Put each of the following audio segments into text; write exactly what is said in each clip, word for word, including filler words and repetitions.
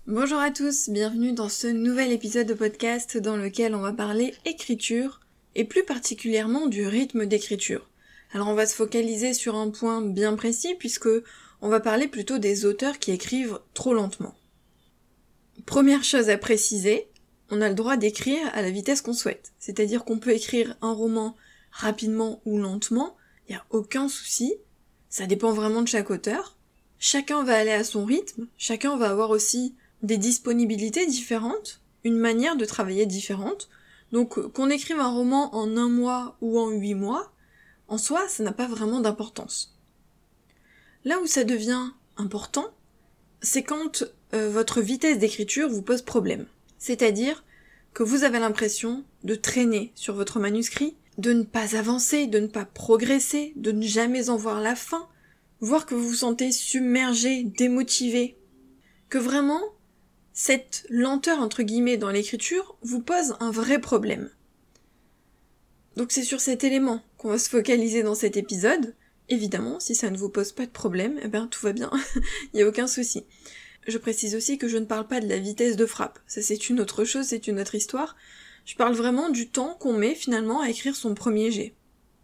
Bonjour à tous, bienvenue dans ce nouvel épisode de podcast dans lequel on va parler écriture et plus particulièrement du rythme d'écriture. Alors on va se focaliser sur un point bien précis puisque on va parler plutôt des auteurs qui écrivent trop lentement. Première chose à préciser, on a le droit d'écrire à la vitesse qu'on souhaite, c'est-à-dire qu'on peut écrire un roman rapidement ou lentement, il n'y a aucun souci, ça dépend vraiment de chaque auteur. Chacun va aller à son rythme, chacun va avoir aussi des disponibilités différentes, une manière de travailler différente. Donc qu'on écrive un roman en un mois ou en huit mois, en soi, ça n'a pas vraiment d'importance. Là où ça devient important, c'est quand euh, votre vitesse d'écriture vous pose problème. C'est-à-dire que vous avez l'impression de traîner sur votre manuscrit, de ne pas avancer, de ne pas progresser, de ne jamais en voir la fin, voire que vous vous sentez submergé, démotivé, que vraiment cette lenteur entre guillemets dans l'écriture vous pose un vrai problème. Donc c'est sur cet élément qu'on va se focaliser dans cet épisode. Évidemment, si ça ne vous pose pas de problème, eh ben tout va bien, il n'y a aucun souci. Je précise aussi que je ne parle pas de la vitesse de frappe, ça c'est une autre chose, c'est une autre histoire. Je parle vraiment du temps qu'on met finalement à écrire son premier jet.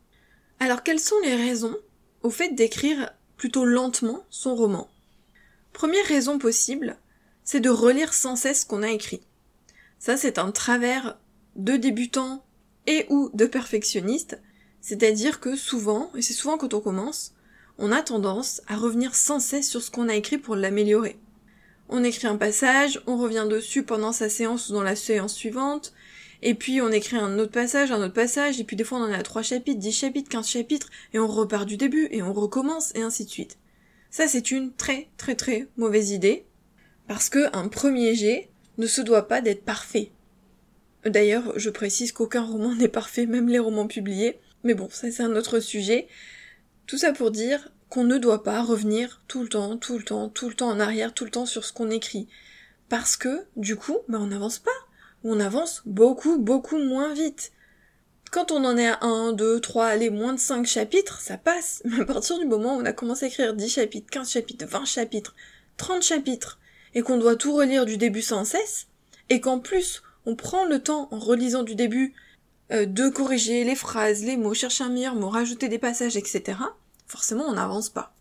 Alors quelles sont les raisons au fait d'écrire plutôt lentement son roman ? Première raison possible, c'est de relire sans cesse ce qu'on a écrit. Ça, c'est un travers de débutants et ou de perfectionnistes, c'est-à-dire que souvent, et c'est souvent quand on commence, on a tendance à revenir sans cesse sur ce qu'on a écrit pour l'améliorer. On écrit un passage, on revient dessus pendant sa séance ou dans la séance suivante, et puis on écrit un autre passage, un autre passage, et puis des fois on en est à trois chapitres, dix chapitres, quinze chapitres, et on repart du début, et on recommence, et ainsi de suite. Ça, c'est une très très très mauvaise idée, parce que un premier jet ne se doit pas d'être parfait. D'ailleurs, je précise qu'aucun roman n'est parfait, même les romans publiés, mais bon, ça c'est un autre sujet. Tout ça pour dire qu'on ne doit pas revenir tout le temps, tout le temps, tout le temps en arrière, tout le temps sur ce qu'on écrit. Parce que, du coup, bah on n'avance pas, ou on avance beaucoup, beaucoup moins vite. Quand on en est à un, deux, trois, allez, moins de cinq chapitres, ça passe. Mais à partir du moment où on a commencé à écrire dix chapitres, quinze chapitres, vingt chapitres, trente chapitres, et qu'on doit tout relire du début sans cesse, et qu'en plus, on prend le temps, en relisant du début, euh, de corriger les phrases, les mots, chercher un meilleur mot, rajouter des passages, et cetera, forcément, on n'avance pas.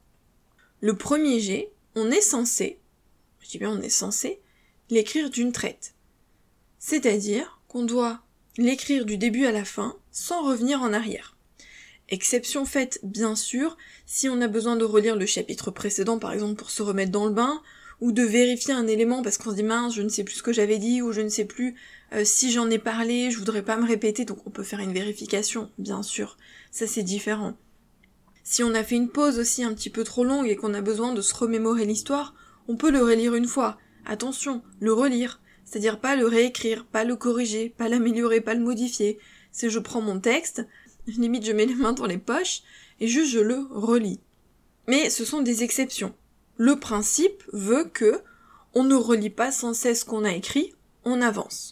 Le premier jet, on est censé, je dis bien on est censé, l'écrire d'une traite. C'est-à-dire qu'on doit l'écrire du début à la fin, sans revenir en arrière. Exception faite, bien sûr, si on a besoin de relire le chapitre précédent, par exemple pour se remettre dans le bain, ou de vérifier un élément parce qu'on se dit mince, je ne sais plus ce que j'avais dit, ou je ne sais plus euh, si j'en ai parlé, je voudrais pas me répéter, donc on peut faire une vérification, bien sûr, ça c'est différent. Si on a fait une pause aussi un petit peu trop longue et qu'on a besoin de se remémorer l'histoire, on peut le relire une fois. Attention, le relire, c'est-à-dire pas le réécrire, pas le corriger, pas l'améliorer, pas le modifier. C'est je prends mon texte, limite je mets les mains dans les poches, et juste je le relis. Mais ce sont des exceptions. Le principe veut que on ne relit pas sans cesse ce qu'on a écrit, on avance.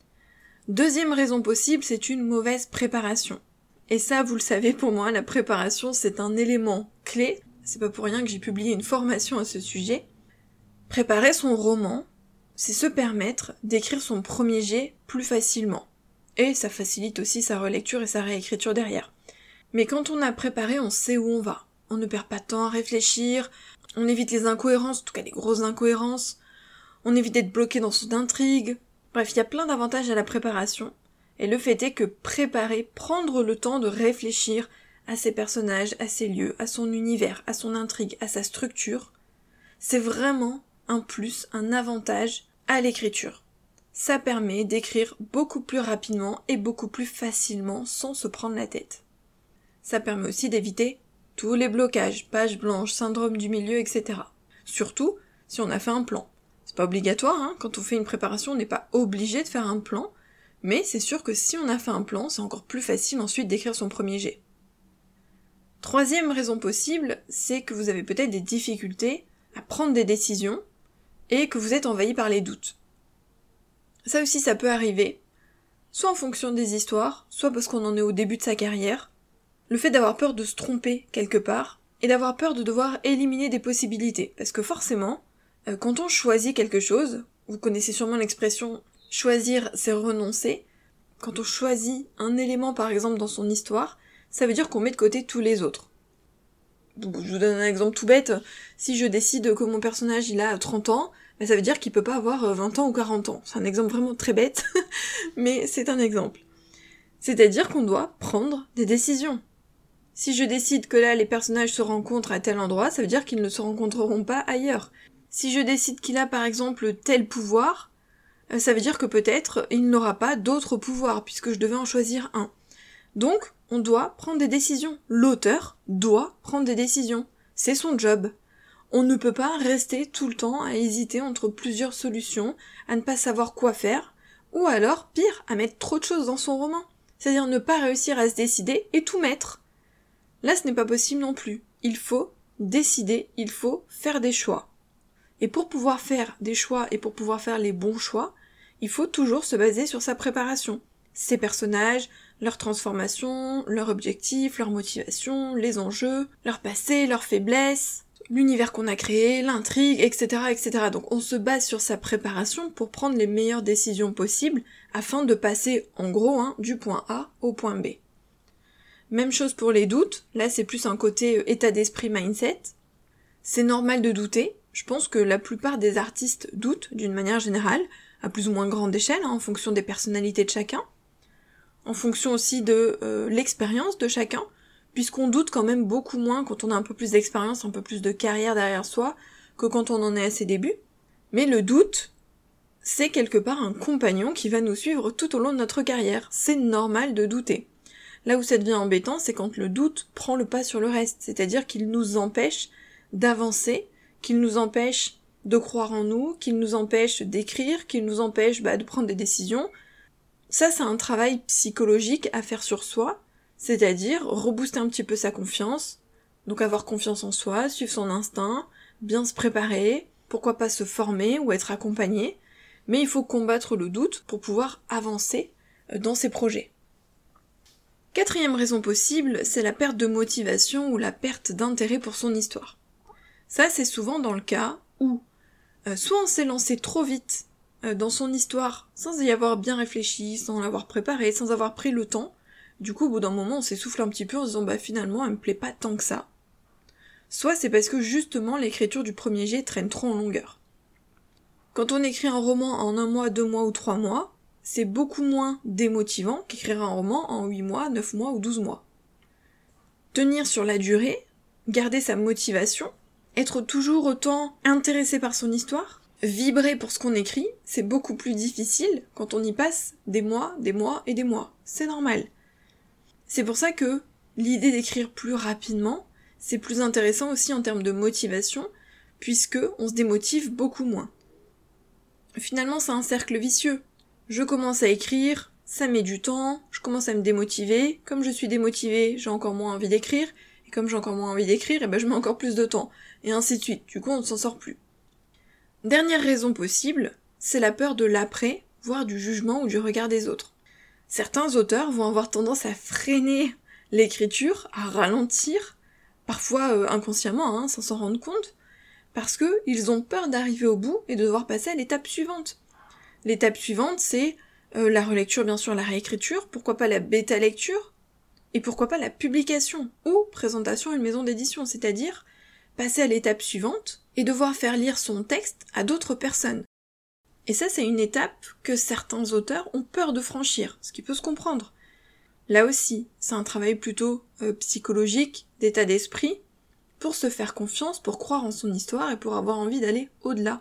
Deuxième raison possible, c'est une mauvaise préparation. Et ça, vous le savez, pour moi, la préparation, c'est un élément clé. C'est pas pour rien que j'ai publié une formation à ce sujet. Préparer son roman, c'est se permettre d'écrire son premier jet plus facilement. Et ça facilite aussi sa relecture et sa réécriture derrière. Mais quand on a préparé, on sait où on va. On ne perd pas de temps à réfléchir, on évite les incohérences, en tout cas les grosses incohérences, on évite d'être bloqué dans son intrigue. Bref, il y a plein d'avantages à la préparation. Et le fait est que préparer, prendre le temps de réfléchir à ses personnages, à ses lieux, à son univers, à son intrigue, à sa structure, c'est vraiment un plus, un avantage à l'écriture. Ça permet d'écrire beaucoup plus rapidement et beaucoup plus facilement sans se prendre la tête. Ça permet aussi d'éviter tous les blocages, pages blanches, syndrome du milieu, et cetera. Surtout si on a fait un plan. C'est pas obligatoire, hein, quand on fait une préparation, on n'est pas obligé de faire un plan, mais c'est sûr que si on a fait un plan, c'est encore plus facile ensuite d'écrire son premier jet. Troisième raison possible, c'est que vous avez peut-être des difficultés à prendre des décisions et que vous êtes envahi par les doutes. Ça aussi, ça peut arriver, soit en fonction des histoires, soit parce qu'on en est au début de sa carrière, le fait d'avoir peur de se tromper quelque part, et d'avoir peur de devoir éliminer des possibilités. Parce que forcément, euh, quand on choisit quelque chose, vous connaissez sûrement l'expression « choisir, c'est renoncer ». Quand on choisit un élément par exemple dans son histoire, ça veut dire qu'on met de côté tous les autres. Donc, je vous donne un exemple tout bête, si je décide que mon personnage il a trente ans, ben, ça veut dire qu'il peut pas avoir vingt ans ou quarante ans. C'est un exemple vraiment très bête, mais c'est un exemple. C'est-à-dire qu'on doit prendre des décisions. Si je décide que là les personnages se rencontrent à tel endroit, ça veut dire qu'ils ne se rencontreront pas ailleurs. Si je décide qu'il a par exemple tel pouvoir, ça veut dire que peut-être il n'aura pas d'autres pouvoirs, puisque je devais en choisir un. Donc, on doit prendre des décisions. L'auteur doit prendre des décisions. C'est son job. On ne peut pas rester tout le temps à hésiter entre plusieurs solutions, à ne pas savoir quoi faire, ou alors, pire, à mettre trop de choses dans son roman. C'est-à-dire ne pas réussir à se décider et tout mettre. Là, ce n'est pas possible non plus. Il faut décider, il faut faire des choix. Et pour pouvoir faire des choix et pour pouvoir faire les bons choix, il faut toujours se baser sur sa préparation. Ses personnages, leurs transformations, leurs objectifs, leurs motivations, les enjeux, leur passé, leurs faiblesses, l'univers qu'on a créé, l'intrigue, et cetera, et cetera. Donc on se base sur sa préparation pour prendre les meilleures décisions possibles afin de passer, en gros, hein, du point A au point B. Même chose pour les doutes, là c'est plus un côté état d'esprit mindset. C'est normal de douter, je pense que la plupart des artistes doutent d'une manière générale, à plus ou moins grande échelle, hein, en fonction des personnalités de chacun, en fonction aussi de euh, l'expérience de chacun, puisqu'on doute quand même beaucoup moins quand on a un peu plus d'expérience, un peu plus de carrière derrière soi, que quand on en est à ses débuts. Mais le doute, c'est quelque part un compagnon qui va nous suivre tout au long de notre carrière. C'est normal de douter. Là où ça devient embêtant, c'est quand le doute prend le pas sur le reste, c'est-à-dire qu'il nous empêche d'avancer, qu'il nous empêche de croire en nous, qu'il nous empêche d'écrire, qu'il nous empêche bah, de prendre des décisions. Ça, c'est un travail psychologique à faire sur soi, c'est-à-dire rebooster un petit peu sa confiance, donc avoir confiance en soi, suivre son instinct, bien se préparer, pourquoi pas se former ou être accompagné, mais il faut combattre le doute pour pouvoir avancer dans ses projets. Quatrième raison possible, c'est la perte de motivation ou la perte d'intérêt pour son histoire. Ça, c'est souvent dans le cas où euh, soit on s'est lancé trop vite euh, dans son histoire sans y avoir bien réfléchi, sans l'avoir préparé, sans avoir pris le temps. Du coup, au bout d'un moment, on s'essouffle un petit peu en se disant bah finalement, elle me plaît pas tant que ça. Soit c'est parce que justement l'écriture du premier jet traîne trop en longueur. Quand on écrit un roman en un mois, deux mois ou trois mois, c'est beaucoup moins démotivant qu'écrire un roman en huit mois, neuf mois ou douze mois. Tenir sur la durée, garder sa motivation, être toujours autant intéressé par son histoire, vibrer pour ce qu'on écrit, c'est beaucoup plus difficile quand on y passe des mois, des mois et des mois. C'est normal. C'est pour ça que l'idée d'écrire plus rapidement, c'est plus intéressant aussi en termes de motivation, puisque on se démotive beaucoup moins. Finalement, c'est un cercle vicieux. Je commence à écrire, ça met du temps, je commence à me démotiver, comme je suis démotivée, j'ai encore moins envie d'écrire, et comme j'ai encore moins envie d'écrire, et ben je mets encore plus de temps, et ainsi de suite, du coup on ne s'en sort plus. Dernière raison possible, c'est la peur de l'après, voire du jugement ou du regard des autres. Certains auteurs vont avoir tendance à freiner l'écriture, à ralentir, parfois euh, inconsciemment, hein, sans s'en rendre compte, parce que ils ont peur d'arriver au bout et de devoir passer à l'étape suivante. L'étape suivante, c'est euh, la relecture, bien sûr, la réécriture, pourquoi pas la bêta-lecture, et pourquoi pas la publication, ou présentation à une maison d'édition, c'est-à-dire passer à l'étape suivante et devoir faire lire son texte à d'autres personnes. Et ça, c'est une étape que certains auteurs ont peur de franchir, ce qui peut se comprendre. Là aussi, c'est un travail plutôt euh, psychologique, d'état d'esprit, pour se faire confiance, pour croire en son histoire et pour avoir envie d'aller au-delà.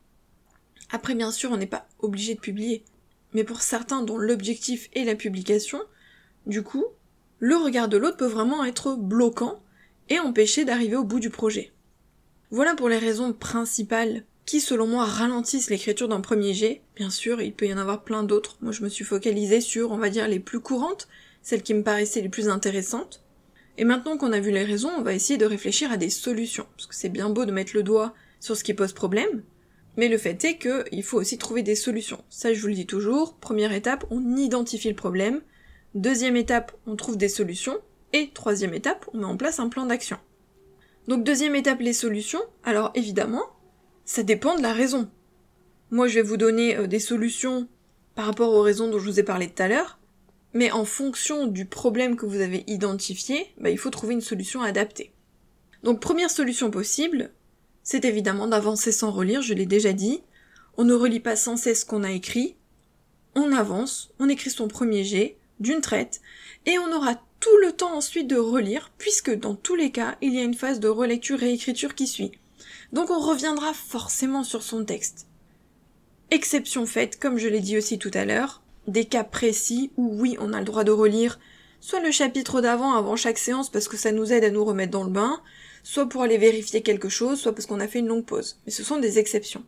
Après, bien sûr, on n'est pas obligé de publier, mais pour certains dont l'objectif est la publication, du coup, le regard de l'autre peut vraiment être bloquant et empêcher d'arriver au bout du projet. Voilà pour les raisons principales qui, selon moi, ralentissent l'écriture d'un premier jet. Bien sûr, il peut y en avoir plein d'autres. Moi, je me suis focalisée sur, on va dire, les plus courantes, celles qui me paraissaient les plus intéressantes. Et maintenant qu'on a vu les raisons, on va essayer de réfléchir à des solutions, parce que c'est bien beau de mettre le doigt sur ce qui pose problème, mais le fait est qu'il faut aussi trouver des solutions. Ça, je vous le dis toujours, première étape, on identifie le problème, deuxième étape, on trouve des solutions, et troisième étape, on met en place un plan d'action. Donc deuxième étape, les solutions, alors évidemment, ça dépend de la raison. Moi, je vais vous donner euh, des solutions par rapport aux raisons dont je vous ai parlé tout à l'heure, mais en fonction du problème que vous avez identifié, bah, il faut trouver une solution adaptée. Donc, première solution possible, c'est évidemment d'avancer sans relire, je l'ai déjà dit. On ne relit pas sans cesse ce qu'on a écrit, on avance, on écrit son premier jet, d'une traite, et on aura tout le temps ensuite de relire, puisque dans tous les cas, il y a une phase de relecture et écriture qui suit. Donc on reviendra forcément sur son texte. Exception faite, comme je l'ai dit aussi tout à l'heure, des cas précis où oui, on a le droit de relire soit le chapitre d'avant, avant chaque séance, parce que ça nous aide à nous remettre dans le bain, soit pour aller vérifier quelque chose, soit parce qu'on a fait une longue pause. Mais ce sont des exceptions.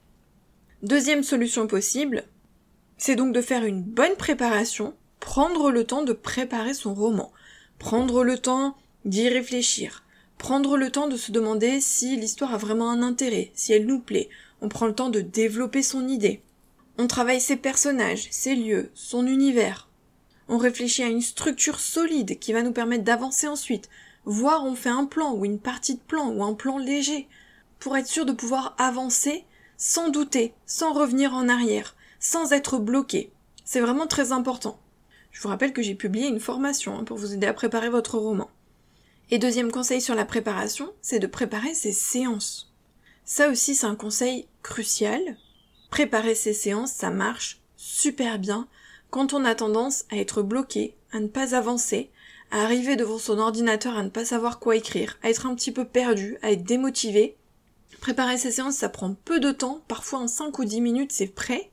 Deuxième solution possible, c'est donc de faire une bonne préparation, prendre le temps de préparer son roman, prendre le temps d'y réfléchir, prendre le temps de se demander si l'histoire a vraiment un intérêt, si elle nous plaît, on prend le temps de développer son idée. On travaille ses personnages, ses lieux, son univers. On réfléchit à une structure solide qui va nous permettre d'avancer ensuite, voire on fait un plan ou une partie de plan ou un plan léger, pour être sûr de pouvoir avancer sans douter, sans revenir en arrière, sans être bloqué. C'est vraiment très important. Je vous rappelle que j'ai publié une formation hein, pour vous aider à préparer votre roman. Et deuxième conseil sur la préparation, c'est de préparer ses séances. Ça aussi, c'est un conseil crucial. Préparer ses séances, ça marche super bien quand on a tendance à être bloqué, à ne pas avancer, à arriver devant son ordinateur, à ne pas savoir quoi écrire, à être un petit peu perdu, à être démotivé. Préparer ses séances, ça prend peu de temps, parfois en cinq ou dix minutes, c'est prêt,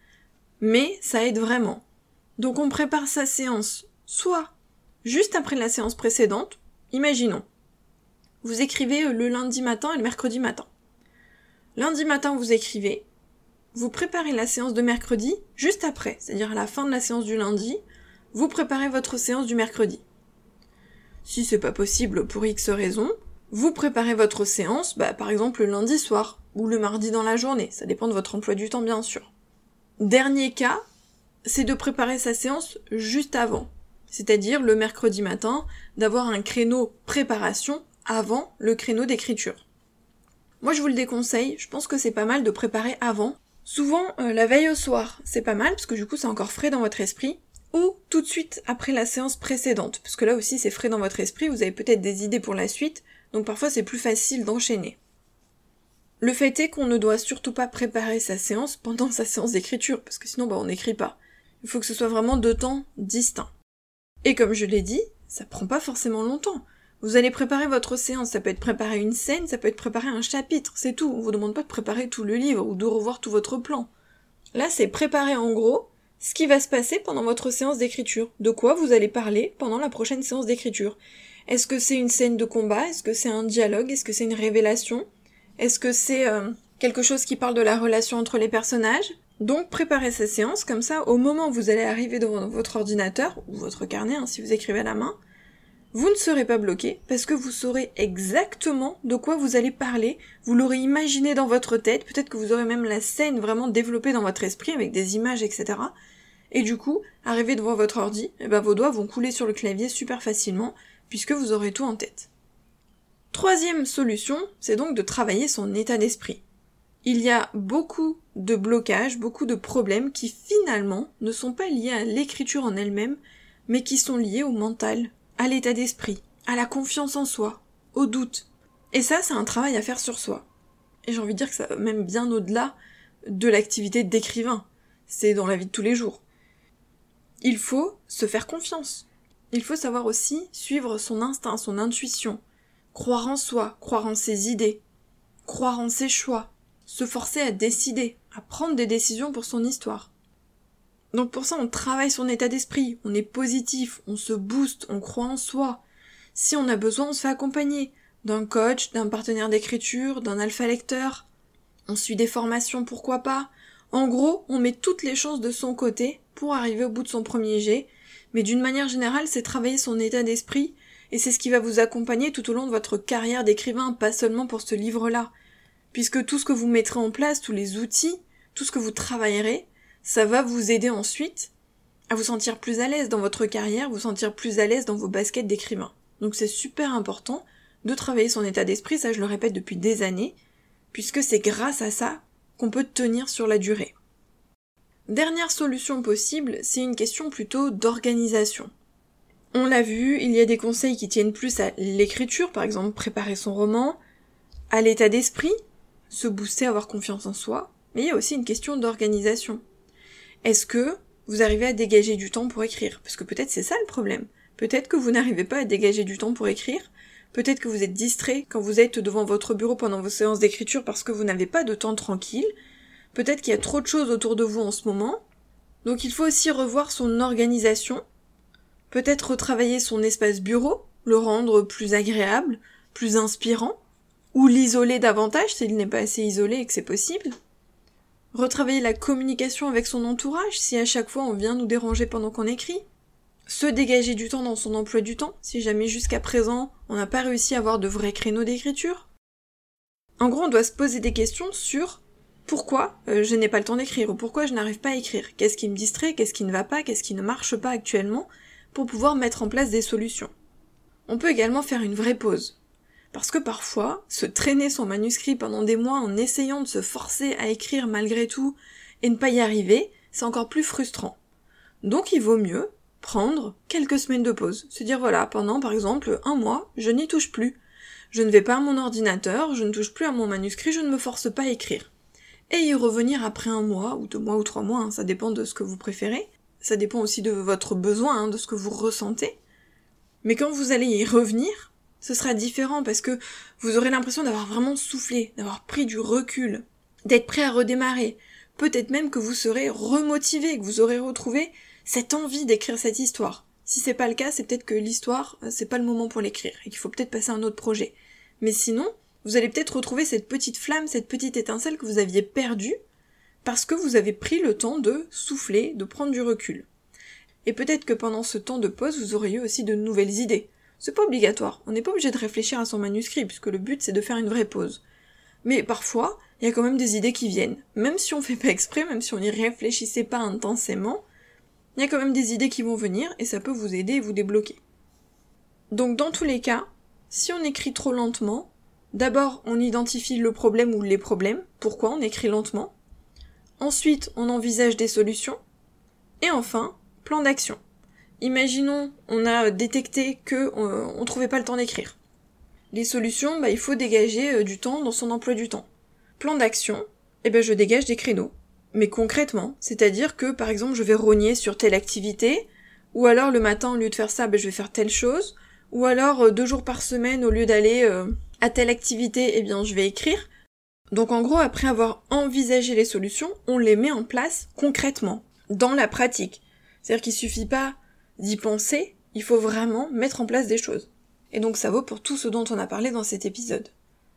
mais ça aide vraiment. Donc on prépare sa séance, soit juste après la séance précédente, imaginons, vous écrivez le lundi matin et le mercredi matin. Lundi matin, vous écrivez, vous préparez la séance de mercredi juste après, c'est-à-dire à la fin de la séance du lundi, vous préparez votre séance du mercredi. Si c'est pas possible pour X raisons, vous préparez votre séance, bah, par exemple le lundi soir, ou le mardi dans la journée, ça dépend de votre emploi du temps bien sûr. Dernier cas, c'est de préparer sa séance juste avant, c'est-à-dire le mercredi matin, d'avoir un créneau préparation avant le créneau d'écriture. Moi je vous le déconseille, je pense que c'est pas mal de préparer avant. Souvent euh, la veille au soir, c'est pas mal parce que du coup c'est encore frais dans votre esprit, ou tout de suite après la séance précédente, parce que là aussi c'est frais dans votre esprit, vous avez peut-être des idées pour la suite, donc parfois c'est plus facile d'enchaîner. Le fait est qu'on ne doit surtout pas préparer sa séance pendant sa séance d'écriture, parce que sinon bah on n'écrit pas. Il faut que ce soit vraiment deux temps distincts. Et comme je l'ai dit, ça prend pas forcément longtemps. Vous allez préparer votre séance, ça peut être préparer une scène, ça peut être préparer un chapitre, c'est tout. On vous demande pas de préparer tout le livre ou de revoir tout votre plan. Là, c'est préparer en gros ce qui va se passer pendant votre séance d'écriture. De quoi vous allez parler pendant la prochaine séance d'écriture. Est-ce que c'est une scène de combat? Est-ce que c'est un dialogue? Est-ce que c'est une révélation? Est-ce que c'est euh, quelque chose qui parle de la relation entre les personnages? Donc préparez cette séance, comme ça, au moment où vous allez arriver devant votre ordinateur, ou votre carnet, hein, si vous écrivez à la main, vous ne serez pas bloqué, parce que vous saurez exactement de quoi vous allez parler, vous l'aurez imaginé dans votre tête, peut-être que vous aurez même la scène vraiment développée dans votre esprit, avec des images, et cetera. Et du coup, arrivé devant votre ordi, eh ben, vos doigts vont couler sur le clavier super facilement, puisque vous aurez tout en tête. Troisième solution, c'est donc de travailler son état d'esprit. Il y a beaucoup de blocages, beaucoup de problèmes qui finalement ne sont pas liés à l'écriture en elle-même, mais qui sont liés au mental, à l'état d'esprit, à la confiance en soi, au doute. Et ça, c'est un travail à faire sur soi. Et j'ai envie de dire que ça va même bien au-delà de l'activité d'écrivain. C'est dans la vie de tous les jours. Il faut se faire confiance. Il faut savoir aussi suivre son instinct, son intuition, croire en soi, croire en ses idées, croire en ses choix, se forcer à décider, à prendre des décisions pour son histoire. Donc pour ça, on travaille son état d'esprit, on est positif, on se booste, on croit en soi. Si on a besoin, on se fait accompagner d'un coach, d'un partenaire d'écriture, d'un alpha lecteur. On suit des formations, pourquoi pas. En gros, on met toutes les chances de son côté pour arriver au bout de son premier jet. Mais d'une manière générale, c'est travailler son état d'esprit et c'est ce qui va vous accompagner tout au long de votre carrière d'écrivain, pas seulement pour ce livre-là. Puisque tout ce que vous mettrez en place, tous les outils, tout ce que vous travaillerez, ça va vous aider ensuite à vous sentir plus à l'aise dans votre carrière, vous sentir plus à l'aise dans vos baskets d'écrivain. Donc c'est super important de travailler son état d'esprit, ça je le répète depuis des années, puisque c'est grâce à ça qu'on peut tenir sur la durée. Dernière solution possible, c'est une question plutôt d'organisation. On l'a vu, il y a des conseils qui tiennent plus à l'écriture, par exemple préparer son roman, à l'état d'esprit, se booster, avoir confiance en soi, mais il y a aussi une question d'organisation. Est-ce que vous arrivez à dégager du temps pour écrire? Parce que peut-être c'est ça le problème. Peut-être que vous n'arrivez pas à dégager du temps pour écrire, peut-être que vous êtes distrait quand vous êtes devant votre bureau pendant vos séances d'écriture parce que vous n'avez pas de temps tranquille, peut-être qu'il y a trop de choses autour de vous en ce moment, donc il faut aussi revoir son organisation, peut-être retravailler son espace bureau, le rendre plus agréable, plus inspirant, ou l'isoler davantage s'il n'est pas assez isolé et que c'est possible. Retravailler la communication avec son entourage si à chaque fois on vient nous déranger pendant qu'on écrit. Se dégager du temps dans son emploi du temps si jamais jusqu'à présent on n'a pas réussi à avoir de vrais créneaux d'écriture. En gros, on doit se poser des questions sur pourquoi euh, je n'ai pas le temps d'écrire ou pourquoi je n'arrive pas à écrire. Qu'est-ce qui me distrait, qu'est-ce qui ne va pas, qu'est-ce qui ne marche pas actuellement pour pouvoir mettre en place des solutions. On peut également faire une vraie pause. Parce que parfois, se traîner son manuscrit pendant des mois en essayant de se forcer à écrire malgré tout et ne pas y arriver, c'est encore plus frustrant. Donc il vaut mieux prendre quelques semaines de pause. Se dire voilà, pendant par exemple un mois, je n'y touche plus. Je ne vais pas à mon ordinateur, je ne touche plus à mon manuscrit, je ne me force pas à écrire. Et y revenir après un mois, ou deux mois, ou trois mois, hein, ça dépend de ce que vous préférez. Ça dépend aussi de votre besoin, hein, de ce que vous ressentez. Mais quand vous allez y revenir, ce sera différent parce que vous aurez l'impression d'avoir vraiment soufflé, d'avoir pris du recul, d'être prêt à redémarrer. Peut-être même que vous serez remotivé, que vous aurez retrouvé cette envie d'écrire cette histoire. Si c'est pas le cas, c'est peut-être que l'histoire, c'est pas le moment pour l'écrire et qu'il faut peut-être passer à un autre projet. Mais sinon, vous allez peut-être retrouver cette petite flamme, cette petite étincelle que vous aviez perdue parce que vous avez pris le temps de souffler, de prendre du recul. Et peut-être que pendant ce temps de pause, vous aurez eu aussi de nouvelles idées. C'est pas obligatoire, on n'est pas obligé de réfléchir à son manuscrit, puisque le but c'est de faire une vraie pause. Mais parfois, il y a quand même des idées qui viennent. Même si on fait pas exprès, même si on n'y réfléchissait pas intensément, il y a quand même des idées qui vont venir, et ça peut vous aider et vous débloquer. Donc dans tous les cas, si on écrit trop lentement, d'abord on identifie le problème ou les problèmes, pourquoi on écrit lentement, ensuite on envisage des solutions, et enfin, plan d'action. Imaginons, on a détecté que euh, on trouvait pas le temps d'écrire. Les solutions, bah il faut dégager euh, du temps dans son emploi du temps. Plan d'action, eh ben je dégage des créneaux. Mais concrètement, c'est-à-dire que par exemple je vais rogner sur telle activité, ou alors le matin au lieu de faire ça, ben je vais faire telle chose, ou alors euh, deux jours par semaine au lieu d'aller euh, à telle activité, eh bien je vais écrire. Donc en gros, après avoir envisagé les solutions, on les met en place concrètement, dans la pratique. C'est-à-dire qu'il suffit pas d'y penser, il faut vraiment mettre en place des choses. Et donc ça vaut pour tout ce dont on a parlé dans cet épisode.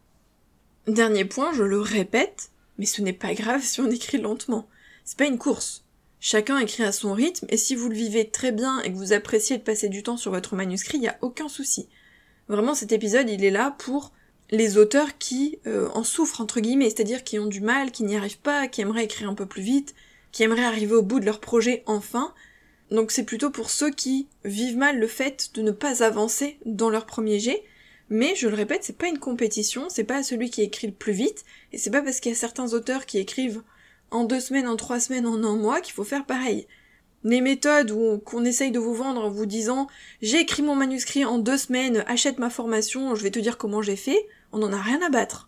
Dernier point, je le répète, mais ce n'est pas grave si on écrit lentement. C'est pas une course. Chacun écrit à son rythme, et si vous le vivez très bien et que vous appréciez de passer du temps sur votre manuscrit, il n'y a aucun souci. Vraiment, cet épisode, il est là pour les auteurs qui euh, en souffrent, entre guillemets, c'est-à-dire qui ont du mal, qui n'y arrivent pas, qui aimeraient écrire un peu plus vite, qui aimeraient arriver au bout de leur projet enfin. Donc c'est plutôt pour ceux qui vivent mal le fait de ne pas avancer dans leur premier jet, mais je le répète, c'est pas une compétition, c'est pas celui qui écrit le plus vite, et c'est pas parce qu'il y a certains auteurs qui écrivent en deux semaines, en trois semaines, en un mois qu'il faut faire pareil. Les méthodes où on, qu'on essaye de vous vendre en vous disant « j'ai écrit mon manuscrit en deux semaines, achète ma formation, je vais te dire comment j'ai fait », on n'en a rien à battre.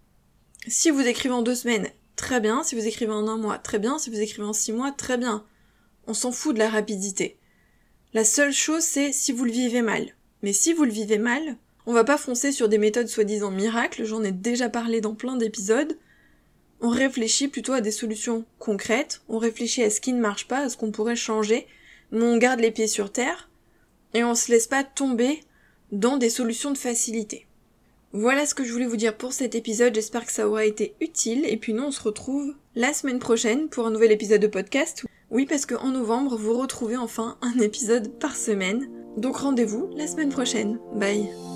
Si vous écrivez en deux semaines, très bien, si vous écrivez en un mois, très bien, si vous écrivez en six mois, très bien. On s'en fout de la rapidité. La seule chose, c'est si vous le vivez mal. Mais si vous le vivez mal, on va pas foncer sur des méthodes soi-disant miracles, j'en ai déjà parlé dans plein d'épisodes. On réfléchit plutôt à des solutions concrètes, on réfléchit à ce qui ne marche pas, à ce qu'on pourrait changer, mais on garde les pieds sur terre, et on se laisse pas tomber dans des solutions de facilité. Voilà ce que je voulais vous dire pour cet épisode, j'espère que ça aura été utile, et puis nous on se retrouve la semaine prochaine pour un nouvel épisode de podcast. Oui, parce qu'en novembre, vous retrouvez enfin un épisode par semaine. Donc rendez-vous la semaine prochaine. Bye.